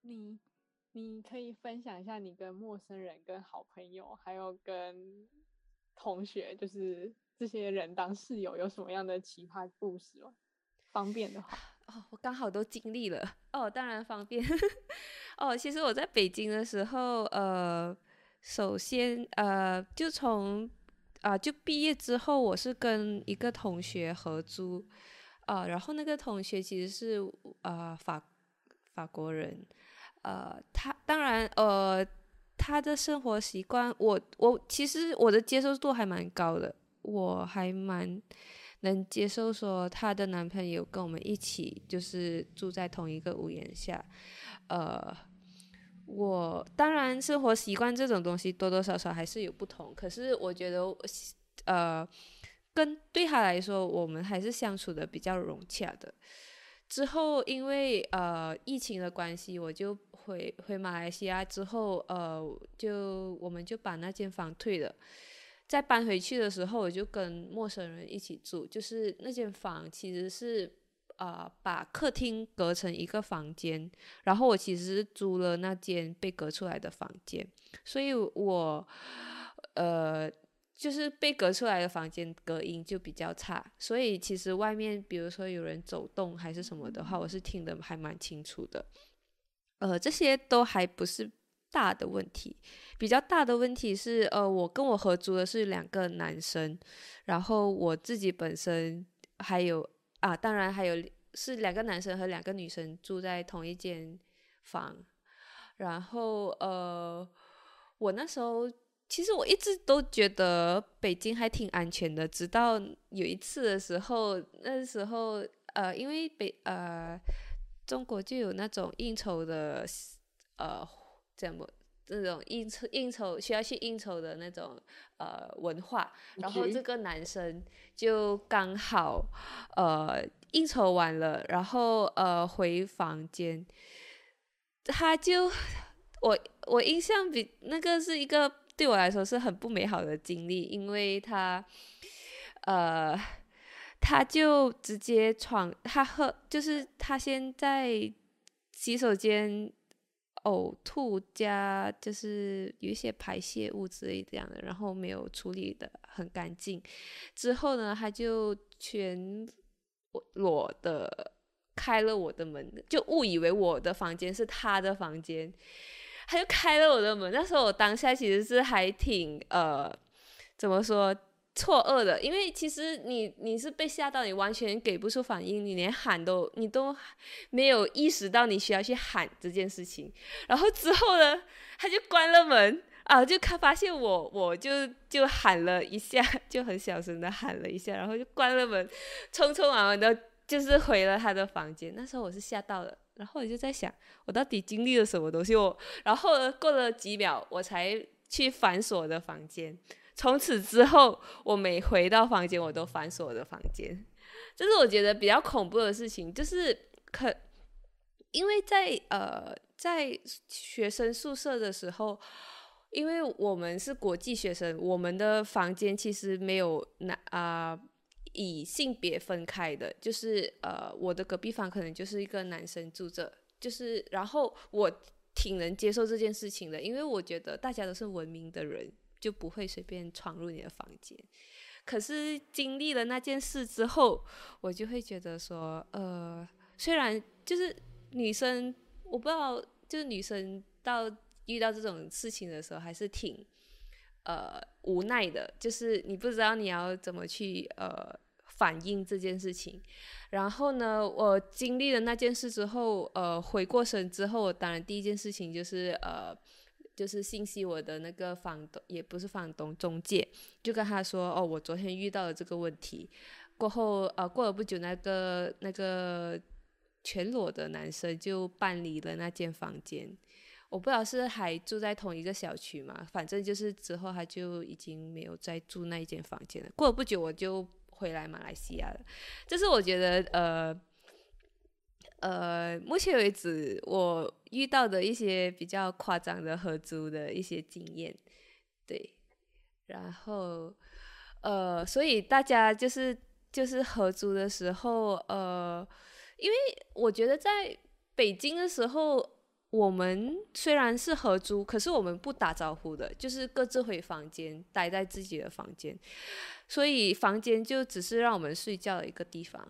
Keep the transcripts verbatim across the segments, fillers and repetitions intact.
你你可以分享一下你跟陌生人、跟好朋友，还有跟同学，就是这些人当室友有什么样的奇葩故事吗？方便的话。 哦，我刚好都经历了哦，当然方便哦。其实我在北京的时候，呃，首先呃，就从啊、就毕业之后，我是跟一个同学合租啊、然后那个同学其实是呃法法国人，呃，他当然呃他的生活习惯，我我其实我的接受度还蛮高的，我还蛮能接受说她的男朋友跟我们一起就是住在同一个屋檐下。呃，我当然生活习惯这种东西多多少少还是有不同，可是我觉得呃，跟对他来说，我们还是相处的比较融洽的。之后因为呃疫情的关系，我就回回马来西亚之后，呃，就我们就把那间房退了。再搬回去的时候，我就跟陌生人一起住，就是那间房其实是呃把客厅隔成一个房间，然后我其实是租了那间被隔出来的房间，所以我呃就是被隔出来的房间隔音就比较差，所以其实外面比如说有人走动还是什么的话，我是听得还蛮清楚的。呃，这些都还不是大的问题，比较大的问题是，呃，我跟我合租的是两个男生，然后我自己本身还有啊，当然还有是两个男生和两个女生住在同一间房，然后呃，我那时候其实我一直都觉得北京还挺安全的，直到有一次的时候，那时候呃，因为北呃中国就有那种应酬的呃怎么这种应酬应酬需要去应酬的那种呃文化，然后这局。 个男生就刚好呃应酬完了，然后呃回房间，他就我我印象比那个是一个对我来说是很不美好的经历，因为他呃他就直接闯，他喝就是他先在洗手间呕吐加就是有一些排泄物之类这样的，然后没有处理的很干净，之后呢他就全裸的开了我的门，就误以为我的房间是他的房间，他就开了我的门。那时候我当下其实是还挺呃，怎么说错愕的，因为其实你你是被吓到，你完全给不出反应，你连喊都你都没有意识到你需要去喊这件事情。然后之后呢，他就关了门。啊，就看发现我，我就就喊了一下，就很小声的喊了一下，然后就关了门，匆匆忙忙的，就是回了他的房间。那时候我是吓到了，然后我就在想，我到底经历了什么东西？我，然后呢，过了几秒，我才去反锁我的房间。从此之后，我每回到房间，我都反锁我的房间。这是我觉得比较恐怖的事情，就是可因为在呃在学生宿舍的时候，因为我们是国际学生，我们的房间其实没有男啊、呃以性别分开的，就是呃我的隔壁房可能就是一个男生住着，就是然后我挺能接受这件事情的，因为我觉得大家都是文明的人，就不会随便闯入你的房间。可是经历了那件事之后，我就会觉得说，呃，虽然就是女生，我不知道，就是女生到遇到这种事情的时候，还是挺呃无奈的，就是你不知道你要怎么去呃反应这件事情。然后呢，我经历了那件事之后，呃，回过神之后，当然第一件事情就是呃。就是信息我的那个房东，也不是房东，中介，就跟他说，哦，我昨天遇到了这个问题。过后，呃，过了不久，那个那个全裸的男生就搬离了那间房间。我不知道是还住在同一个小区嘛，反正就是之后他就已经没有再住那一间房间了。过了不久，我就回来马来西亚了。这是我觉得，呃呃，目前为止我遇到的一些比较夸张的合租的一些经验，对。然后呃，所以大家就是就是合租的时候，呃，因为我觉得在北京的时候， 我们虽然是合租，可是我们不打招呼的，就是各自回房间，待在自己的房间，所以房间就只是让我们睡觉的一个地方。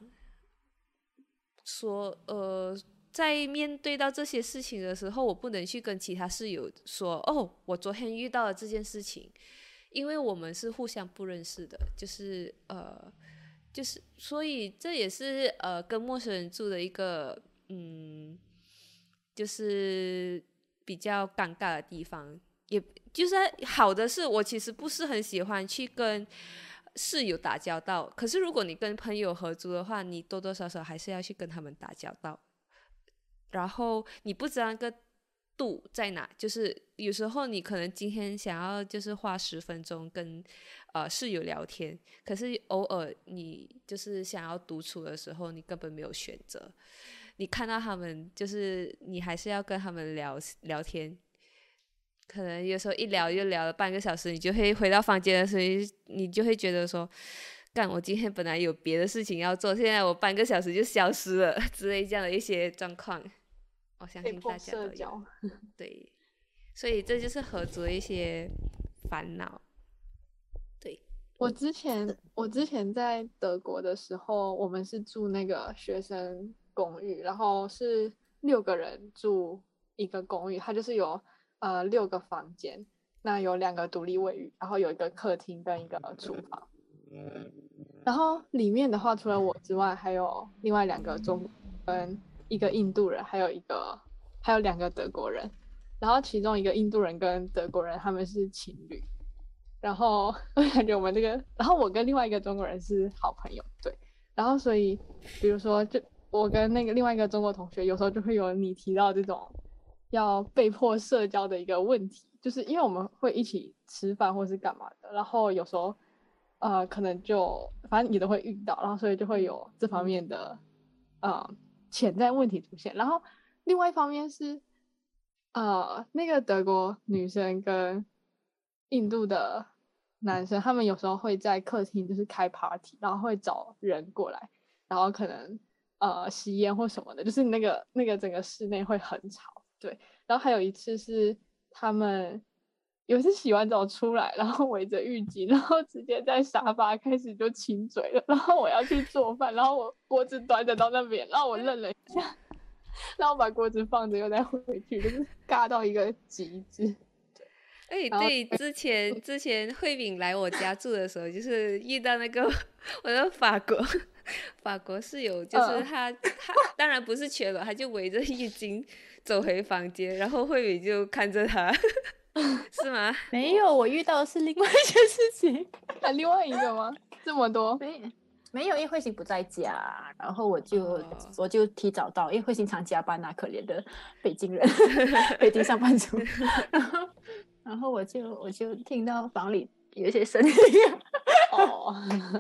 说呃，在面对到这些事情的时候，我不能去跟其他室友说，哦，我昨天遇到了这件事情，因为我们是互相不认识的，就是呃，就是所以这也是呃跟陌生人住的一个嗯。就是比较尴尬的地方，也就是好的是我其实不是很喜欢去跟室友打交道，可是如果你跟朋友合租的话，你多多少少还是要去跟他们打交道，然后你不知道那个度在哪，就是有时候你可能今天想要就是花十分钟跟呃室友聊天，可是偶尔你就是想要独处的时候，你根本没有选择。你看到他们，就是你还是要跟他们聊聊天，可能有时候一聊就聊了半个小时，你就会回到房间的时候，你就会觉得说，干，我今天本来有别的事情要做，现在我半个小时就消失了之类这样的一些状况，我相信大家都有。对，所以这就是合租的一些烦恼。对， 我之前我之前在德国的时候，我们是住那个学生公寓，然后是六个人住一个公寓，它就是有呃六个房间，那有两个独立卫浴，然后有一个客厅跟一个厨房。然后里面的话，除了我之外，还有另外两个中国人、一个印度人，还有一个还有两个德国人。然后其中一个印度人跟德国人他们是情侣。然后我感觉我们这个，然后我跟另外一个中国人是好朋友，对。然后所以比如说，就我跟那个另外一个中国同学，有时候就会有你提到这种要被迫社交的一个问题，就是因为我们会一起吃饭或是干嘛的，然后有时候呃可能就反正你都会遇到，然后所以就会有这方面的呃潜在问题出现。然后另外一方面是呃那个德国女生跟印度的男生，他们有时候会在客厅就是开 party， 然后会找人过来，然后可能呃吸烟或什么的，就是那个那个整个室内会很吵，对。然后还有一次是他们有一次洗完澡出来，然后围着浴巾，然后直接在沙发开始就亲嘴了，然后我要去做饭，然后我锅子端着到那边，然后我愣了一下，然后把锅子放着又再回去，就是尬到一个极致。 哎，对，之前之前慧敏来我家住的时候，就是遇到那个我的法国法国室友，就是他、嗯、他当然不是全裸，他就围着浴巾走回房间，然后慧敏就看着他，是吗？ 没有，我遇到的是另外一件事情。 还另外一个吗？这么多？ 没没有，因为慧心不在家，然后我就、哦、我就提早到，因为慧心常加班啊，可怜的北京人，北京上班族，然后。然后我就我就听到房里有一些声音， 哦，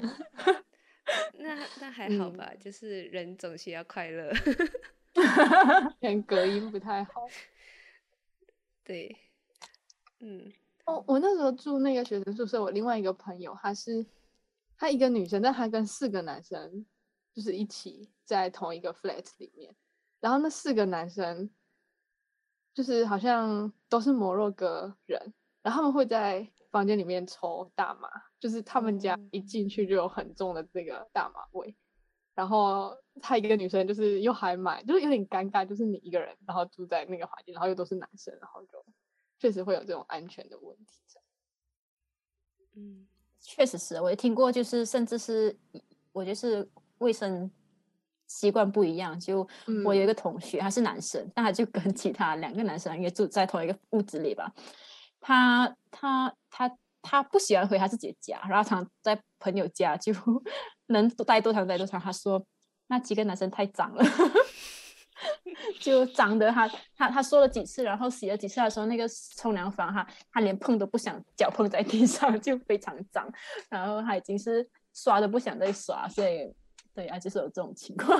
那那还好吧、嗯，就是人总需要快乐， 跟隔音不太好。 对，嗯， 哦，我那时候住那个学生宿舍，我另外一个朋友，她是她一个女生，但她跟四个男生就是一起在同一个 flat 里面，然后那四个男生。就是好像都是摩洛哥人，然后他们会在房间里面抽大麻，就是他们家一进去就有很重的这个大麻味。然后他一个女生就是又还蛮，就是有点尴尬，就是你一个人，然后住在那个环境，然后又都是男生，然后就确实会有这种安全的问题。 嗯，确实是，我也听过，就是甚至是我觉得是卫生。习惯不一样，就我有一个同学，嗯、他是男生，但他就跟其他两个男生也住在同一个屋子里吧。他他他他不喜欢回他自己的家，然后常在朋友家就能待多长待多长。他说那几个男生太脏了，就脏的他他他说了几次，然后洗了几次的时候，那个冲凉房他他连碰都不想，脚碰在地上就非常脏，然后他已经是刷都不想再刷，所以。对啊，就是有这种情况。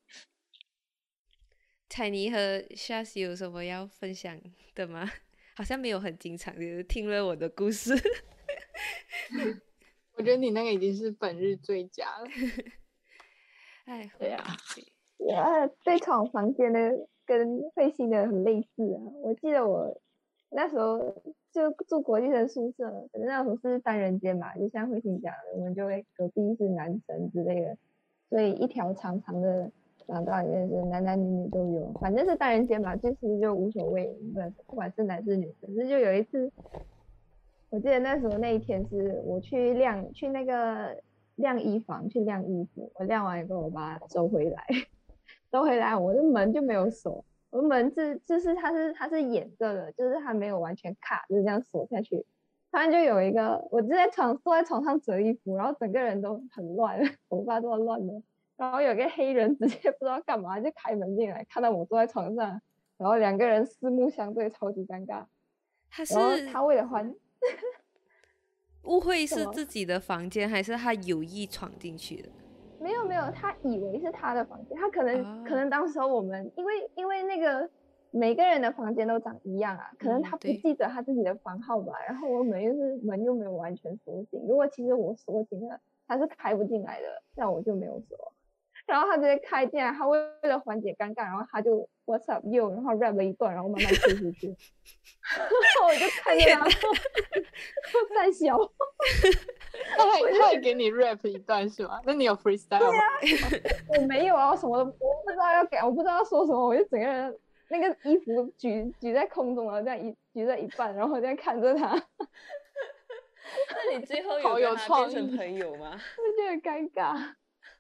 彩妮和夏西有什么要分享的吗？好像没有很经常，就是听了我的故事。 我觉得你那个已经是本日最佳了。 哎， 对啊， 呃，这场房间的跟慧心的很类似啊。我记得我那时候就住国际生宿舍，可是那时候是单人间嘛，就像慧心讲的，我们就会隔壁是男生之类的，所以一条长长的廊道里面是男男女女都有，反正是单人间嘛，就其实就无所谓，不管是男是女。可是就有一次，我记得那时候那一天是我去晾去那个晾衣房去晾衣服，我晾完以后我把它收回来，收回来我的门就没有锁，我的门是就是它是它是掩着的，就是它没有完全卡，就是这样锁下去。突然就有一个，我就在床坐在床上折衣服，然后整个人都很乱，头发都要乱了。然后有个黑人直接不知道干嘛就开门进来，看到我坐在床上，然后两个人四目相对，超级尴尬。 他是然后他为了还误会是自己的房间，还是他有意闯进去的？ 没有没有，他以为是他的房间，他可能、哦、可能当时候我们因为因为那个每个人的房间都长一样啊，可能他不记得他自己的房号吧。嗯、然后我门又是门又没有完全锁紧，如果其实我锁紧了，他是开不进来的，但我就没有锁。然后他直接开进来，他为了缓解尴尬，然后他就 What's up you， 然后 rap 了一段，然后慢慢退出去。然后我就看着他在笑。 他还他还给你 rap 一段是吗？那你有 freestyle 吗？ 对啊，我没有啊，我什么都我不知道要给，我不知道要说什么，我就整个人那个衣服举举在空中了，这样一举在一半，然后这样看着他。 那你最后有跟他变成朋友吗？ 我觉得尴尬。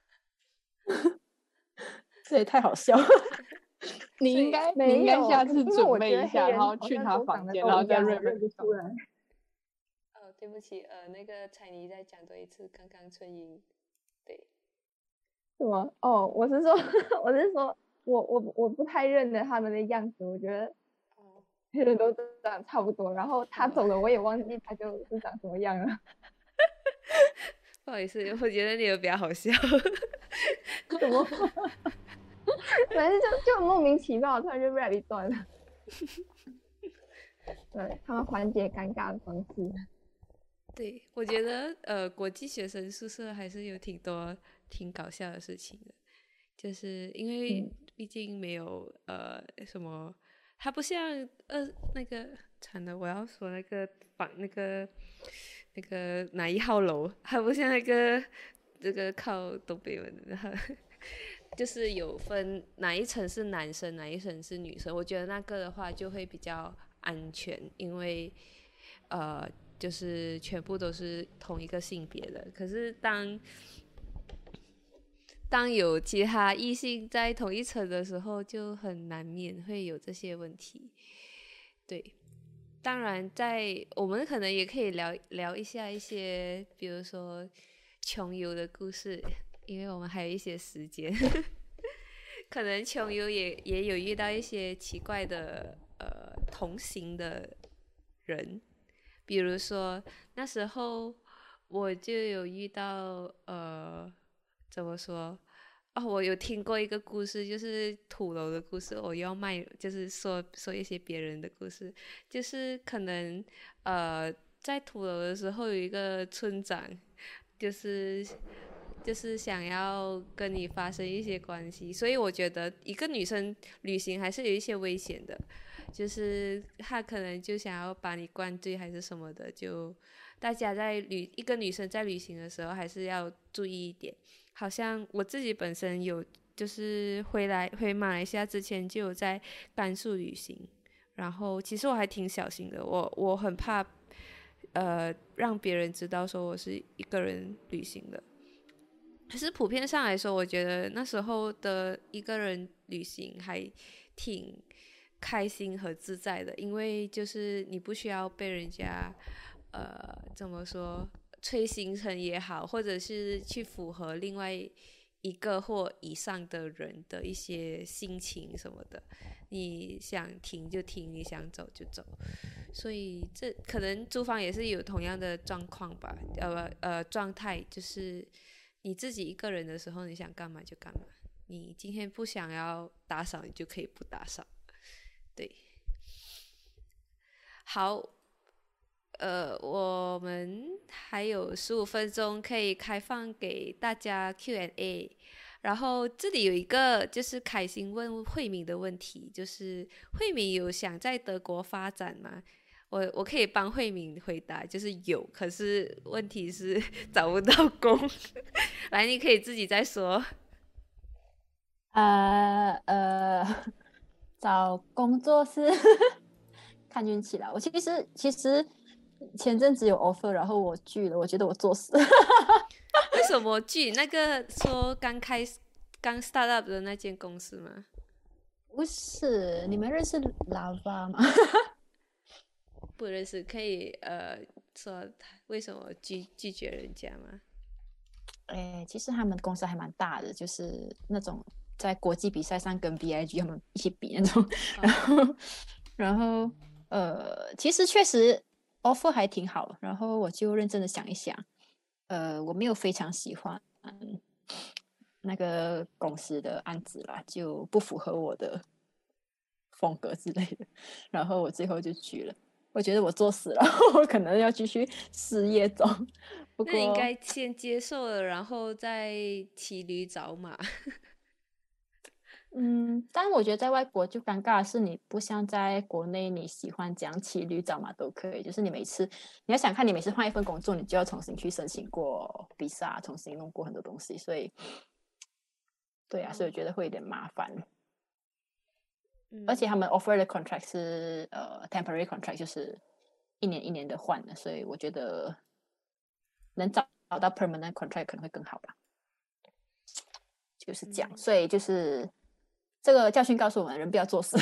这也太好笑了。 你应该你应该下次准备一下，然后去他房间，然后再 rap 出来。 哦，对不起，呃，那个彩妮再讲多一次，刚刚春英，对， 什么？哦，我是说，我是说我我我不太认得他们的样子，我觉得黑人都长差不多，然后他走了，我也忘记他就是长什么样了。 不好意思，我觉得你有比较好笑。 什么？反正就就莫名其妙，突然就 rap 一段了。对，他们缓解尴尬的方式。 对，我觉得呃，国际学生宿舍还是有挺多挺搞笑的事情的，就是因为毕竟没有、嗯、呃什么，它不像呃那个惨的，我要说那个房那个那个哪一号楼，它不像那个这个靠东北门的。就是有分哪一层是男生，哪一层是女生。我觉得那个的话就会比较安全，因为呃，就是全部都是同一个性别的。可是当当有其他异性在同一层的时候，就很难免会有这些问题。对，当然在我们可能也可以聊聊一下一些，比如说穷游的故事。因为我们还有一些时间，可能穷游也也有遇到一些奇怪的呃同行的人，比如说那时候我就有遇到呃怎么说哦，我有听过一个故事，就是土楼的故事。我要卖，就是说说一些别人的故事，就是可能呃在土楼的时候有一个村长，就是。就是想要跟你发生一些关系，所以我觉得一个女生旅行还是有一些危险的，就是她可能就想要把你灌醉还是什么的，就大家在旅一个女生在旅行的时候还是要注意一点。好像我自己本身有就是回来回马来西亚之前就有在甘肃旅行，然后其实我还挺小心的，我我很怕呃让别人知道说我是一个人旅行的。可是普遍上来说，我觉得那时候的一个人旅行还挺开心和自在的，因为就是你不需要被人家呃怎么说催行程也好，或者是去符合另外一个或以上的人的一些心情什么的，你想停就停，你想走就走。所以这可能租房也是有同样的状况吧，呃呃状态，就是你自己一个人的时候，你想干嘛就干嘛。你今天不想要打扫，你就可以不打扫。对，好，呃，我们还有十五分钟可以开放给大家 Q and A， 然后这里有一个就是开心问慧敏的问题，就是慧敏有想在德国发展吗？我我可以帮慧敏回答，就是有，可是问题是找不到工。来，你可以自己再说。 呃呃，找工作是看运气啦。我其实其实前阵子有 offer， 然后我拒了，我觉得我作死。 为什么拒？那个说刚开刚 start up 的那间公司吗？ 不是，你们认识 Lava 吗？ 不认识，可以呃说为什么拒拒绝人家吗？ 哎，其实他们公司还蛮大的，就是那种在国际比赛上跟 B I G 他们一起比那种，然后然后呃，其实确实 offer 还挺好，然后我就认真的想一想，呃，我没有非常喜欢那个公司的案子啦，就不符合我的风格之类的，然后我最后就拒了。我觉得我作死了，我可能要继续失业中。不过那你应该先接受了，然后再骑驴找马。 嗯，但我觉得在外国就尴尬的是，你不像在国内，你喜欢讲骑驴找马都可以。就是你每次你要想看，你每次换一份工作，你就要重新去申请过 visa， 重新弄过很多东西，所以对啊，所以我觉得会有点麻烦。 嗯、 而且他们 offer 的 contract 是呃 temporary contract， 就是一年一年的换的，所以我觉得能找找到 permanent contract 可能会更好吧。就是这样， 嗯、 所以就是这个教训告诉我们，人不要作死。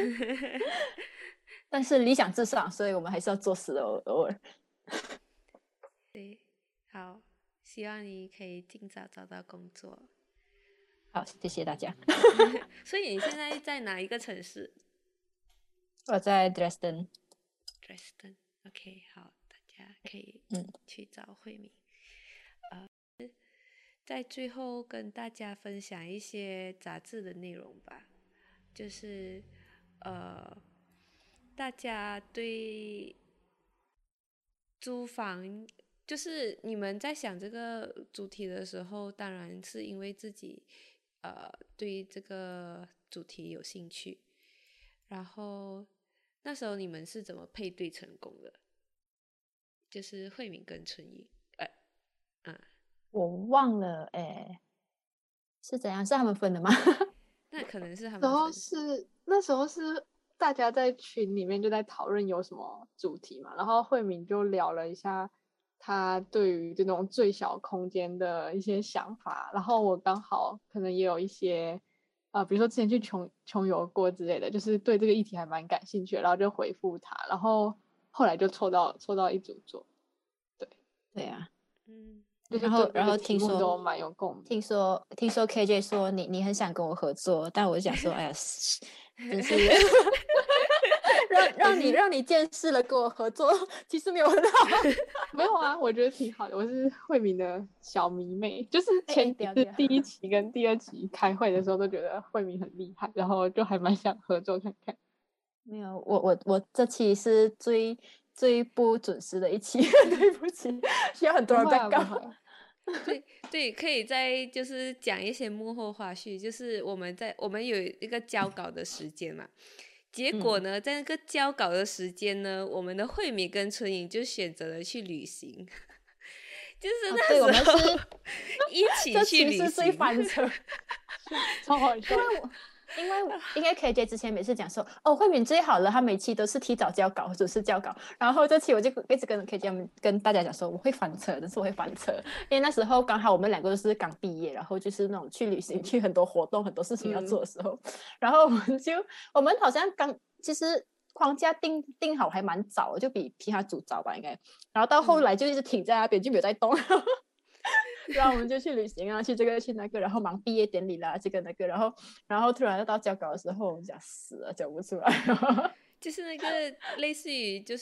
但是理想至上，所以我们还是要作死的偶尔。 对，好，希望你可以尽早找到工作。 好，谢谢大家。 所以你现在在哪一个城市？ 我在 Dresden。 Dresden， OK， 好，大家可以去找慧敏。嗯、呃，在最后跟大家分享一些杂志的内容吧，就是呃，大家对租房，就是你们在想这个主题的时候，当然是因为自己呃对这个主题有兴趣，然后那时候你们是怎么配对成功的？就是慧敏跟春雨，呃，嗯， 我忘了，哎，是怎样？是他们分的吗？ 那可能是他们然后分。 是那时候是大家在群里面就在讨论有什么主题嘛，然后慧敏就聊了一下他对于这种最小空间的一些想法，然后我刚好可能也有一些呃，比如说之前去穷穷游过之类的，就是对这个议题还蛮感兴趣的，然后就回复他，然后后来就抽到抽到一组做，对对啊， 嗯， 然后然后听说都蛮有共鸣， 听说听说 K J 说你你很想跟我合作，但我就想说，哎呀，真是让让你让你见识了跟我合作，其实没有很好。 没有啊，我觉得挺好的。我是慧敏的小迷妹，就是前几次第一期跟第二期开会的时候都觉得慧敏很厉害，然后就还蛮想合作看看。 没有，我我我这期是最最不准时的一期，对不起，需要很多人在搞。 对对，可以再就是讲一些幕后花絮，就是我们在我们有一个交稿的时间嘛，结果呢，嗯、在那个交稿的时间呢，我们的慧敏跟春颖就选择了去旅行，就是那时候、 啊、对我们是一起去旅行， 这期是最翻车， 超好笑。 因为我因为应该 K J 之前每次讲说，哦，慧敏最好了，他每期都是提早交稿，准时交稿。然后这期我就一直跟 K J 跟大家讲说，我会翻车，但是我会翻车，因为那时候刚好我们两个都是刚毕业，然后就是那种去旅行、去很多活动、很多事情要做的时候，嗯、然后我们就我们好像刚其实框架定定好还蛮早，就比其他组早吧应该。然后到后来就一直停在那边，就没有再动。然后我们就去旅行啊，去这个去那个，然后忙毕业典礼啦，这个那个，然后然后突然到交稿的时候，我们讲死了，交不出来。 就是那个类似于就是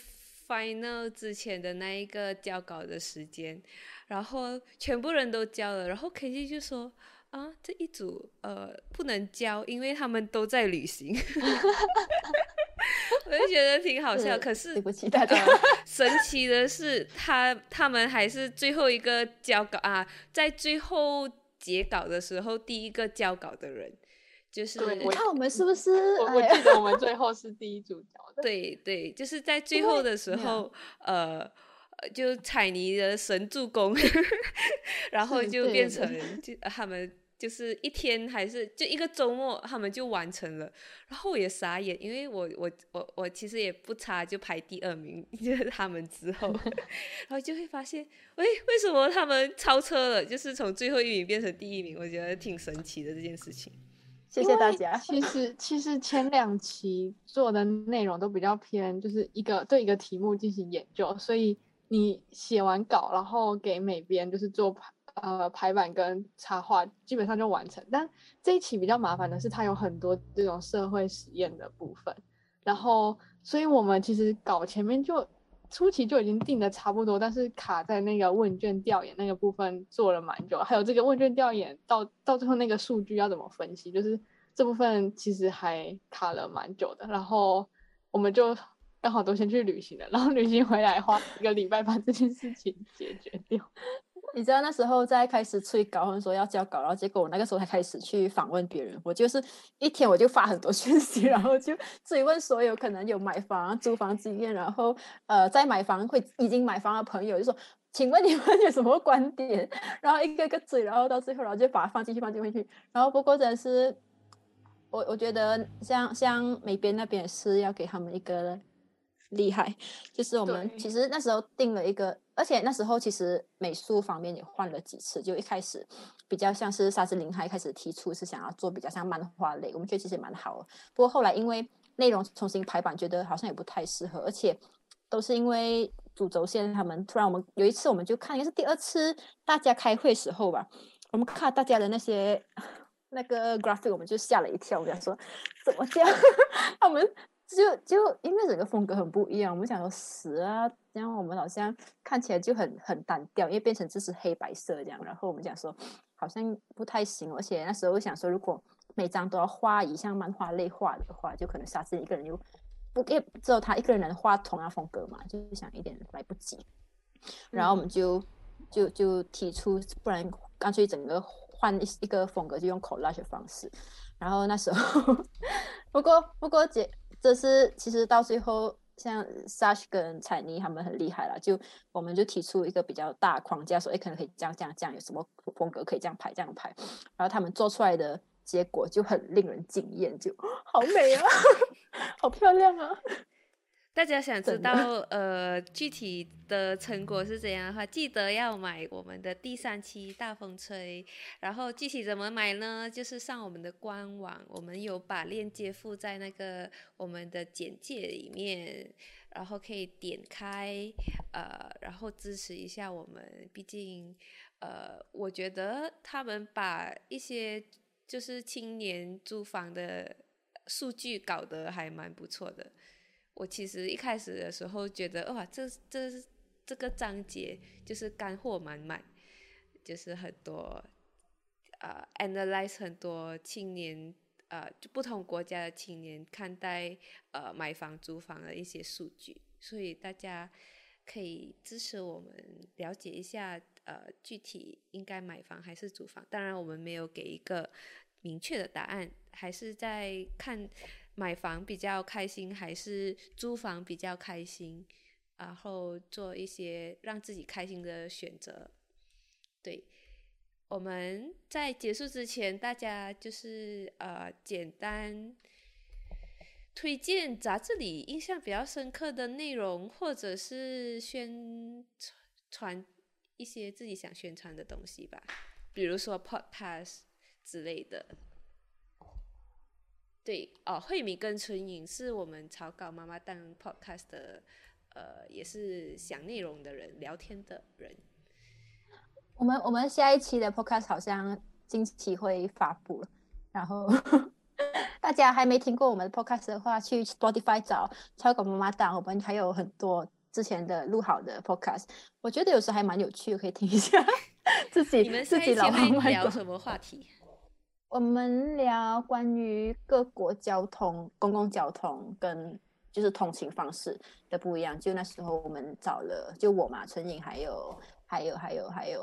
final 之前的那一个交稿的时间，然后全部人都交了，然后 K J 就说啊，这一组呃不能交，因为他们都在旅行。我就觉得挺好笑，可是对不起大家、 呃、神奇的是他他们还是最后一个交稿啊，在最后截稿的时候第一个交稿的人。就是我看我们是不是？ 我我记得我们最后是第一主角的。 对对，就是在最后的时候，呃，就彩妮的神助攻，然后就变成就他们就是一天还是就一个周末，他们就完成了。然后我也傻眼，因为我我我我其实也不差，就排第二名，就是他们之后，然后就会发现，喂，为什么他们超车了？就是从最后一名变成第一名，我觉得挺神奇的这件事情。 谢谢大家。 其实其实前两期做的内容都比较偏，就是一个对一个题目进行研究，所以你写完稿，然后给美编就是做排呃排版跟插画，基本上就完成。但这一期比较麻烦的是，它有很多这种社会实验的部分，然后所以我们其实稿前面就初期就已经定的差不多，但是卡在那个问卷调研那个部分做了蛮久，还有这个问卷调研到到最后那个数据要怎么分析，就是这部分其实还卡了蛮久的。然后我们就刚好都先去旅行了，然后旅行回来花一个礼拜把这件事情解决掉。 你知道那时候在开始催稿，或者说要交稿，然后结果我那个时候才开始去访问别人。我就是一天我就发很多讯息，然后就追问所有可能有买房、租房经验，然后呃在买房会已经买房的朋友，就说请问你们有什么观点？然后一个个追，然后到最后，然后就把它放进去、放进去。然后不过真的是，我我觉得像像美编那边是要给他们一个厉害，就是我们其实那时候定了一个，而且那时候其实美术方面也换了几次，就一开始比较像是沙之林海开始提出是想要做比较像漫画类，我们觉得其实也蛮好的。不过后来因为内容重新排版，觉得好像也不太适合，而且都是因为主轴线他们突然我们有一次我们就看，应该是第二次大家开会时候吧，我们看大家的那些那个 graphic， 我们就吓了一跳，我想说怎么这样他们就就因为整个风格很不一样，我们想说死啊，这样我们好像看起来就很很单调，因为变成只是黑白色这样，然后我们讲说好像不太行，而且那时候想说如果每张都要画以像漫画类画的话，就可能沙之一个人就不也只有他一个人能画同样风格嘛，就是想一点来不及，然后我们就、嗯、就就提出不然干脆整个换一个风格，就用 collage 的方式，然后那时候不过不过姐这是其实到最后像 Sash 跟彩妮他们很厉害了，就我们就提出一个比较大框架说，哎，可能可以这样这样这样，有什么风格可以这样排这样排，然后他们做出来的结果就很令人惊艳，就好美啊好漂亮啊。 大家想知道呃具体的成果是怎样的话，记得要买我们的第三期大风吹。然后具体怎么买呢？就是上我们的官网，我们有把链接附在那个我们的简介里面，然后可以点开，呃，然后支持一下我们。毕竟，呃，我觉得他们把一些就是青年租房的数据搞得还蛮不错的。我其实一开始的时候觉得，哇，这这这个章节就是干货满满，就是很多呃 analyze 很多青年呃就不同国家的青年看待呃买房租房的一些数据，所以大家可以支持我们了解一下呃具体应该买房还是租房。当然我们没有给一个明确的答案，还是在看买房比较开心还是租房比较开心，然后做一些让自己开心的选择。对，我们在结束之前，大家就是呃简单推荐杂志里印象比较深刻的内容，或者是宣传一些自己想宣传的东西吧，比如说 podcast 之类的。对哦，慧敏跟春颖是我们草稿妈妈当 podcast 的，呃，也是想内容的人，聊天的人。 我们我们下一期的 podcast 好像近期会发布了，然后大家还没听过我们的 podcast 的话，去 Spotify 找草稿妈妈当，我们还有很多之前的录好的 podcast， 我觉得有时候还蛮有趣的，可以听一下。自己你们下一期会聊什么话题？ 我们聊关于各国交通、公共交通跟就是通勤方式的不一样。就那时候我们找了，就我嘛，陈颖，还有还有还有还有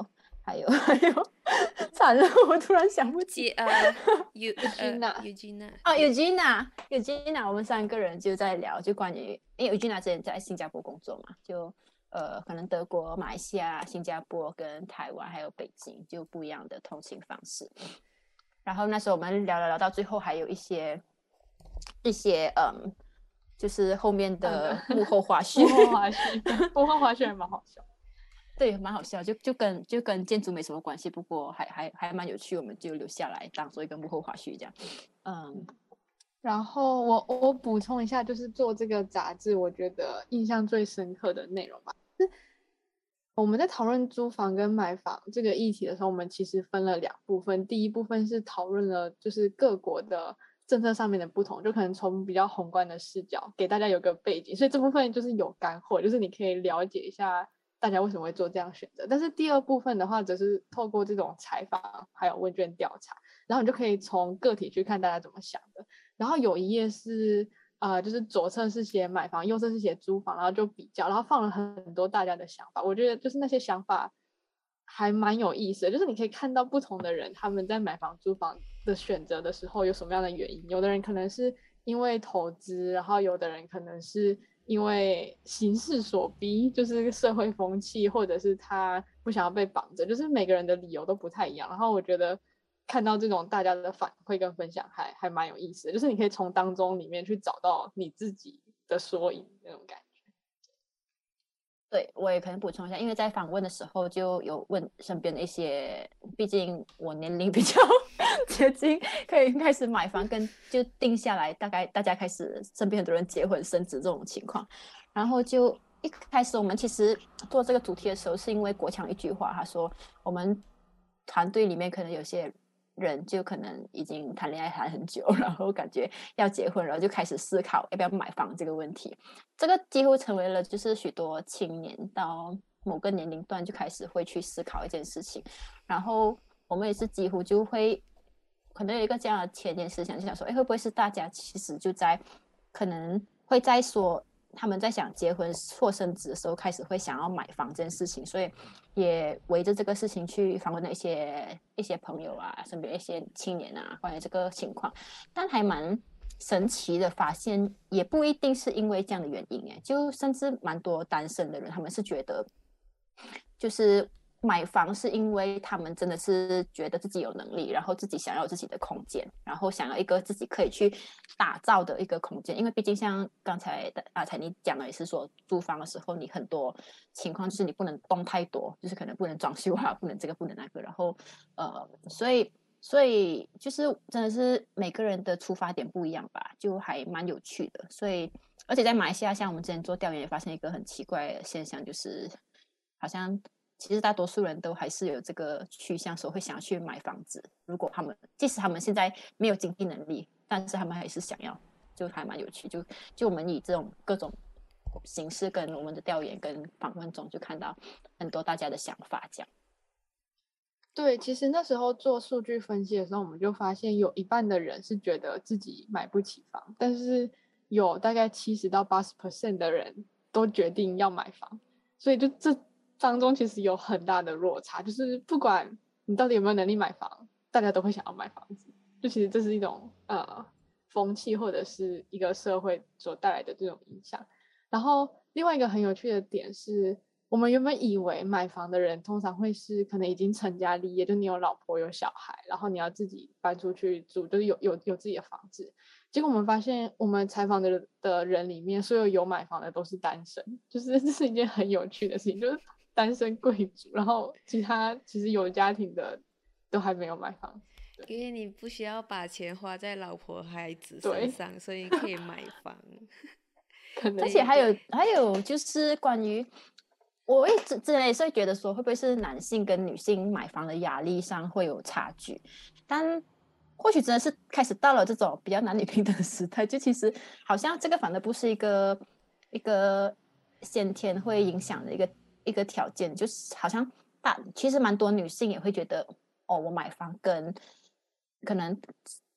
还有还有，惨了，我突然想不起。 呃，U Eugenia Eugenia 哦 Eugenia Eugenia 我们三个人就在聊，就关于因为 Eugenia 之前在新加坡工作嘛，就呃可能德国、马来西亚、新加坡跟台湾还有北京就不一样的通勤方式。然后那时候我们聊聊聊到最后，还有一些一些嗯，就是后面的幕后花絮， 幕后花絮，幕后花絮还蛮好笑。 对，蛮好笑，就就跟就跟建筑没什么关系，不过还还还蛮有趣，我们就留下来当做一个幕后花絮这样。嗯， 然后我我补充一下，就是做这个杂志，我觉得印象最深刻的内容吧，是我们在讨论租房跟买房这个议题的时候，我们其实分了两部分。第一部分是讨论了就是各国的政策上面的不同，就可能从比较宏观的视角给大家有个背景，所以这部分就是有干货，就是你可以了解一下大家为什么会做这样选择。但是第二部分的话，则是透过这种采访还有问卷调查，然后你就可以从个体去看大家怎么想的。然后有一页是呃，就是左侧是写买房，右侧是写租房，然后就比较，然后放了很多大家的想法。我觉得就是那些想法还蛮有意思的，就是你可以看到不同的人他们在买房租房的选择的时候有什么样的原因。有的人可能是因为投资，然后有的人可能是因为形势所逼，就是社会风气，或者是他不想要被绑着，就是每个人的理由都不太一样。然后我觉得看到这种大家的反馈跟分享还还蛮有意思的，就是你可以从当中里面去找到你自己的缩影那种感觉。 对，我也可能补充一下，因为在访问的时候就有问身边的一些，毕竟我年龄比较接近，可以开始买房跟就定下来，大概大家开始身边很多人结婚生子这种情况，然后就一开始我们其实做这个主题的时候，是因为国强一句话，他说我们团队里面可能有些人就可能已经谈恋爱谈很久，然后感觉要结婚，然后就开始思考要不要买房这个问题。这个几乎成为了就是许多青年到某个年龄段就开始会去思考一件事情。然后我们也是几乎就会可能有一个这样的前沿思想，就想说，哎，会不会是大家其实就在可能会在说他们在想结婚或生子的时候，开始会想要买房这件事情，所以也围着这个事情去访问了一些一些朋友啊，身边一些青年啊，关于这个情况，但还蛮神奇的发现，也不一定是因为这样的原因，哎，就甚至蛮多单身的人，他们是觉得就是买房是因为他们真的是觉得自己有能力，然后自己想要自己的空间，然后想要一个自己可以去打造的一个空间。因为毕竟像刚才阿才你讲的也是说，租房的时候你很多情况就是你不能动太多，就是可能不能装修啊，不能这个不能那个，然后呃，所以所以就是真的是每个人的出发点不一样吧，就还蛮有趣的。所以而且在马来西亚，像我们之前做调研也发现一个很奇怪的现象，就是好像其实大多数人都还是有这个趋向，说会想要去买房子。如果他们即使他们现在没有经济能力，但是他们还是想要，就还蛮有趣。就就我们以这种各种形式跟我们的调研跟访问中，就看到很多大家的想法这样。 对，其实那时候做数据分析的时候，我们就发现有一半的人是觉得自己买不起房，但是有大概七十到八十 percent 的人都决定要买房，所以就这当中其实有很大的落差，就是不管你到底有没有能力买房，大家都会想要买房子。就其实这是一种呃风气或者是一个社会所带来的这种影响。然后另外一个很有趣的点是，我们原本以为买房的人通常会是可能已经成家立业，就你有老婆有小孩，然后你要自己搬出去住，就是有有有自己的房子。结果我们发现，我们采访的的人里面，所有有买房的都是单身，就是这是一件很有趣的事情，就是单身贵族，然后其他其实有家庭的都还没有买房。 因为你不需要把钱花在老婆孩子身上，所以可以买房。 而且还有还有就是关于，我一直之前也是会觉得说，会不会是男性跟女性买房的压力上会有差距？但或许真的是开始到了这种比较男女平等的时代，就其实好像这个反而不是一个一个先天会影响的一个一个条件，就是好像大其实蛮多女性也会觉得，哦，我买房跟可能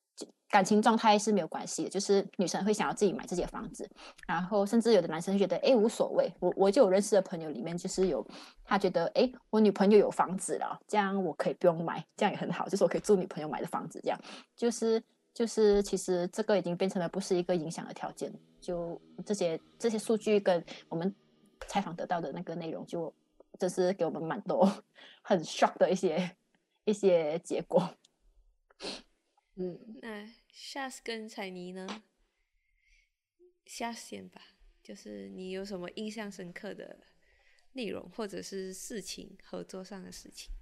感情状态是没有关系的，就是女生会想要自己买自己的房子，然后甚至有的男生会觉得哎无所谓。我我就有认识的朋友里面就是有他觉得哎我女朋友有房子了，这样我可以不用买，这样也很好，就是我可以住女朋友买的房子，这样就是就是其实这个已经变成了不是一个影响的条件。就这些这些数据跟我们采访得到的那个内容，就这是给我们蛮多很 shock 的一些一些结果。 嗯，那 Shaz 跟彩妮呢？Shaz 先吧，就是你有什么印象深刻的内容或者是事情，合作上的事情？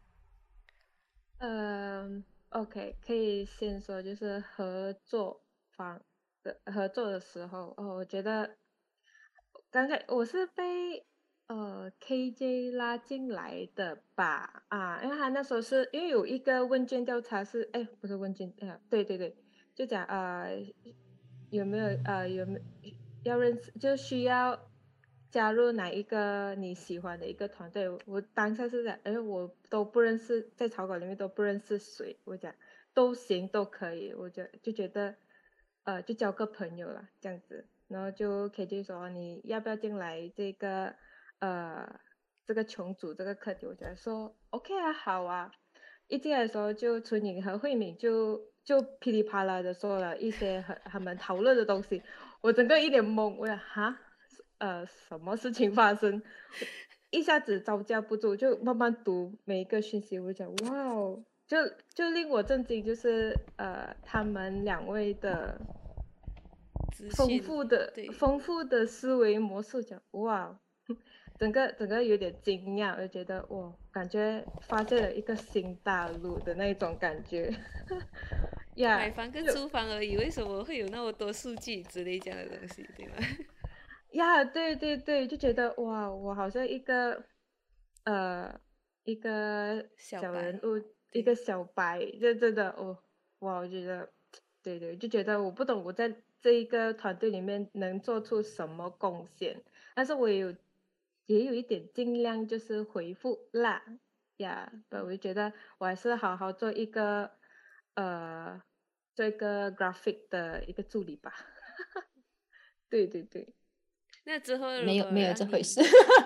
嗯、呃、，OK， 可以先说就是合作方的合作的时候，哦，我觉得刚才我是被呃 K J 拉进来的吧，啊，因为他那时候是因为有一个问卷调查是，哎，不是问卷，哎，对对对，就讲呃有没有呃有没有要认识，就需要加入哪一个你喜欢的一个团队。我当下是讲，哎，我都不认识，在草稿里面都不认识谁，我讲都行都可以，我就就觉得呃就交个朋友啦这样子。然后就 K J 说你要不要进来这个呃这个群组这个课题，我觉得说 OK 啊，好啊。一进来的时候就春颖和慧敏就就噼里啪啦的说了一些很他们讨论的东西，我整个一脸懵，我想哈呃什么事情发生，一下子招架不住，就慢慢读每一个讯息，我就讲哇哦，就就令我震惊，就是呃他们两位的丰富的丰富的思维模式，讲哇，整个整个有点惊讶，我觉得哇，感觉发现了一个新大陆的那种感觉。 呀，买房跟租房而已，为什么会有那么多数据之类这样的东西，对吗？ 呀，对对对，就觉得哇，我好像一个呃一个小人物，一个小白，就真的哦，哇，我觉得对对，就觉得我不懂我在这一个团队里面能做出什么贡献，但是我也有也有一点尽量就是回复啦呀，不，我就觉得我还是好好做一个呃做一个 graphic 的一个助理吧。对对对。 那之后没有没有这回事。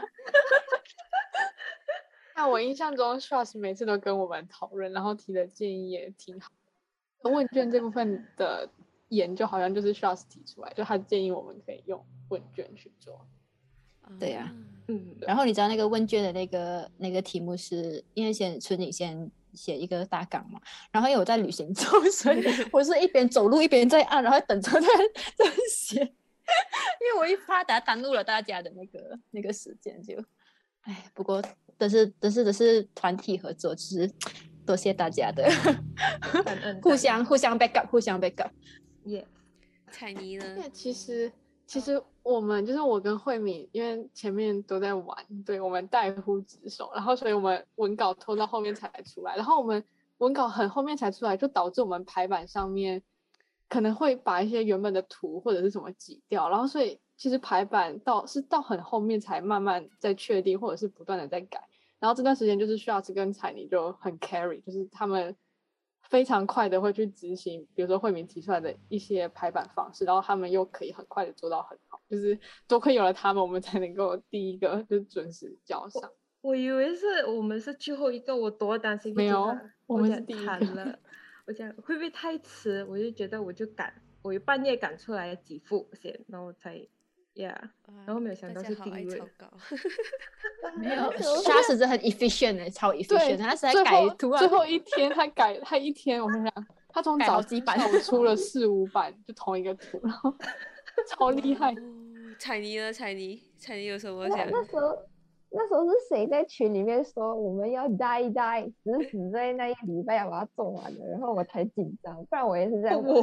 那我印象中 Shaz 每次都跟我们讨论，然后提的建议也挺好。问卷这部分的研究好像就是 Shaz 提出来，就他建议我们可以用问卷去做。 对呀、啊， 嗯。 然后你知道那个问卷的那个那个题目是因为先春景先写一个大纲嘛，然后因为我在旅行中，所以我是一边走路一边在按，然后等着在在写，因为我一怕打耽误了大家的那个那个时间，就哎，不过但是但是但是团体合作，就是多谢大家的互相互相 back up， 互相 back up。 耶， 彩妮呢？ 其实其实我们就是我跟慧敏，因为前面都在玩，对我们代呼职守，然后所以我们文稿拖到后面才出来，然后我们文稿很后面才出来，就导致我们排版上面可能会把一些原本的图或者是什么挤掉，然后所以其实排版到是到很后面才慢慢在确定，或者是不断的在改。然后这段时间就是 Shaz 跟彩妮就很 carry， 就是他们非常快的会去执行，比如说慧敏提出来的一些排版方式，然后他们又可以很快的做到很好，就是多亏有了他们，我们才能够第一个就是准时交上。 我以为是我们是最后一个，我多担心。 没有，我们是第一个。 了，我讲会不会太迟？我就觉得我就赶，我半夜赶出来几副先，然后才呀， yeah, 然后没有想到是第一位。 没有，Shaz 真的很 efficient 超 efficient， 他是在改图最后一天他改，他一天我跟你讲，他从早几版下午出了四五版，就同一个图，然后超厉害。 彩妮呢？彩妮，彩妮有什么想？ 那时候那时候是谁在群里面说我们要 die die， 死死在那一礼拜要把它做完的，然后我才紧张，不然我也是这样。我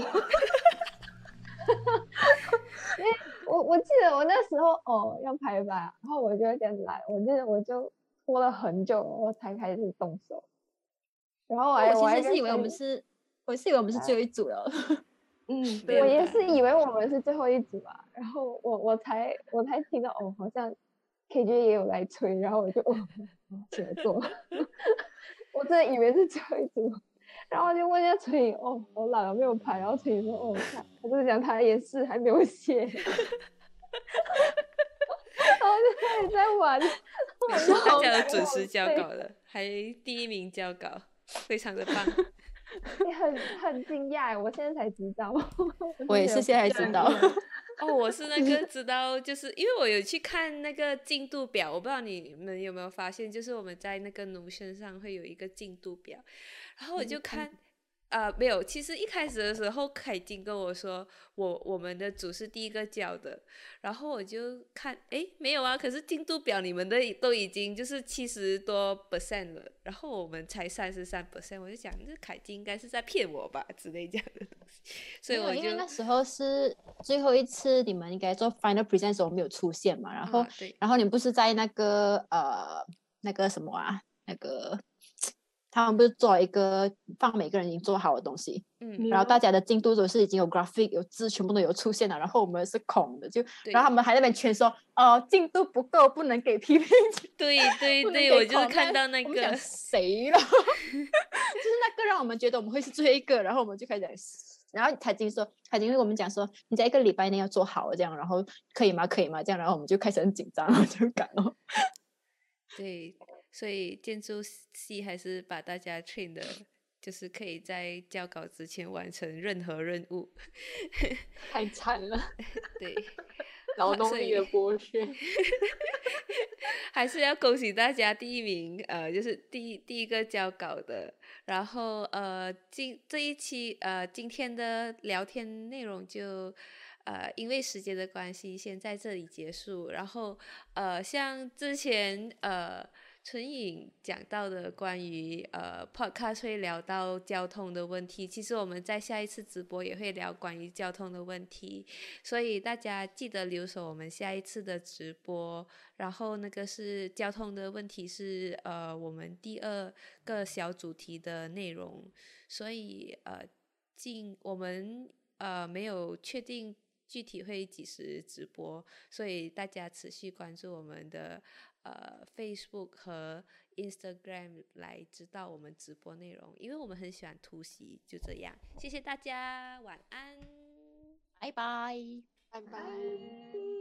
因为我我记得我那时候哦要排版，然后我就有点懒，我就我就拖了很久，我才开始动手。然后我还我其实是以为我们是，我是以为我们是最后一组了。 嗯， 我也是以为我们是最后一组啊，然后我我才我才听到哦，好像 K J 也有来催，然后我就哦，写作，我真的以为是最后一组， 然后就问一下陈颖，哦，我懒了没有拍，然后陈颖说，哦，他他就是讲他也是还没有写，然后就开始在玩， 没事，大家都准时交稿了，还第一名交稿，非常的棒。 你很很惊讶，我现在才知道。 我也是现在知道。 哦，我是那个知道，就是因为我有去看那个进度表，我不知道你们有没有发现，就是我们在那个 Notion 上会有一个进度表，然后我就看。呃，没有，其实一开始的时候，凯金跟我说，我我们的组是第一个交的，然后我就看，诶，没有啊，可是进度表你们的都已经就是七十多 percent 了，然后我们才三十三 percent，我就想，这凯金应该是在骗我吧之类这样的东西，所以我就因为那时候是最后一次你们应该做 final present 的时候没有出现嘛，然后、 啊、对， 然后你不是在那个呃那个什么啊，那个。他们不是做一个放每个人已经做好的东西， 嗯， 然后大家的进度都是已经有 graphic 有字全部都有出现了，然后我们是空的，就然后他们还在那边圈说哦进度不够不能给批评， 对对对，我就是看到那个谁了，就是那个让我们觉得我们会是最后一个，然后我们就开始然后凯金说凯金跟我们讲说你在一个礼拜内要做好这样，然后可以吗可以吗这样，然后我们就开始很紧张，然后就赶了。 对，所以建筑系还是把大家 train 的，就是可以在交稿之前完成任何任务。 太惨了， 对， 劳动力的剥削。 还是要恭喜大家第一名，呃，就是第一第一个交稿的。然后呃，今这一期呃今天的聊天内容就。呃，因为时间的关系，先在这里结束。然后，呃，像之前呃春颖讲到的关于呃 podcast 会聊到交通的问题，其实我们在下一次直播也会聊关于交通的问题，所以大家记得留守我们下一次的直播。然后那个是交通的问题是呃我们第二个小主题的内容，所以呃进我们呃没有确定。具体会几时直播，所以大家持续关注我们的呃 Facebook 和 Instagram 来知道我们直播内容，因为我们很喜欢突袭。就这样，谢谢大家，晚安， 拜拜， 拜拜。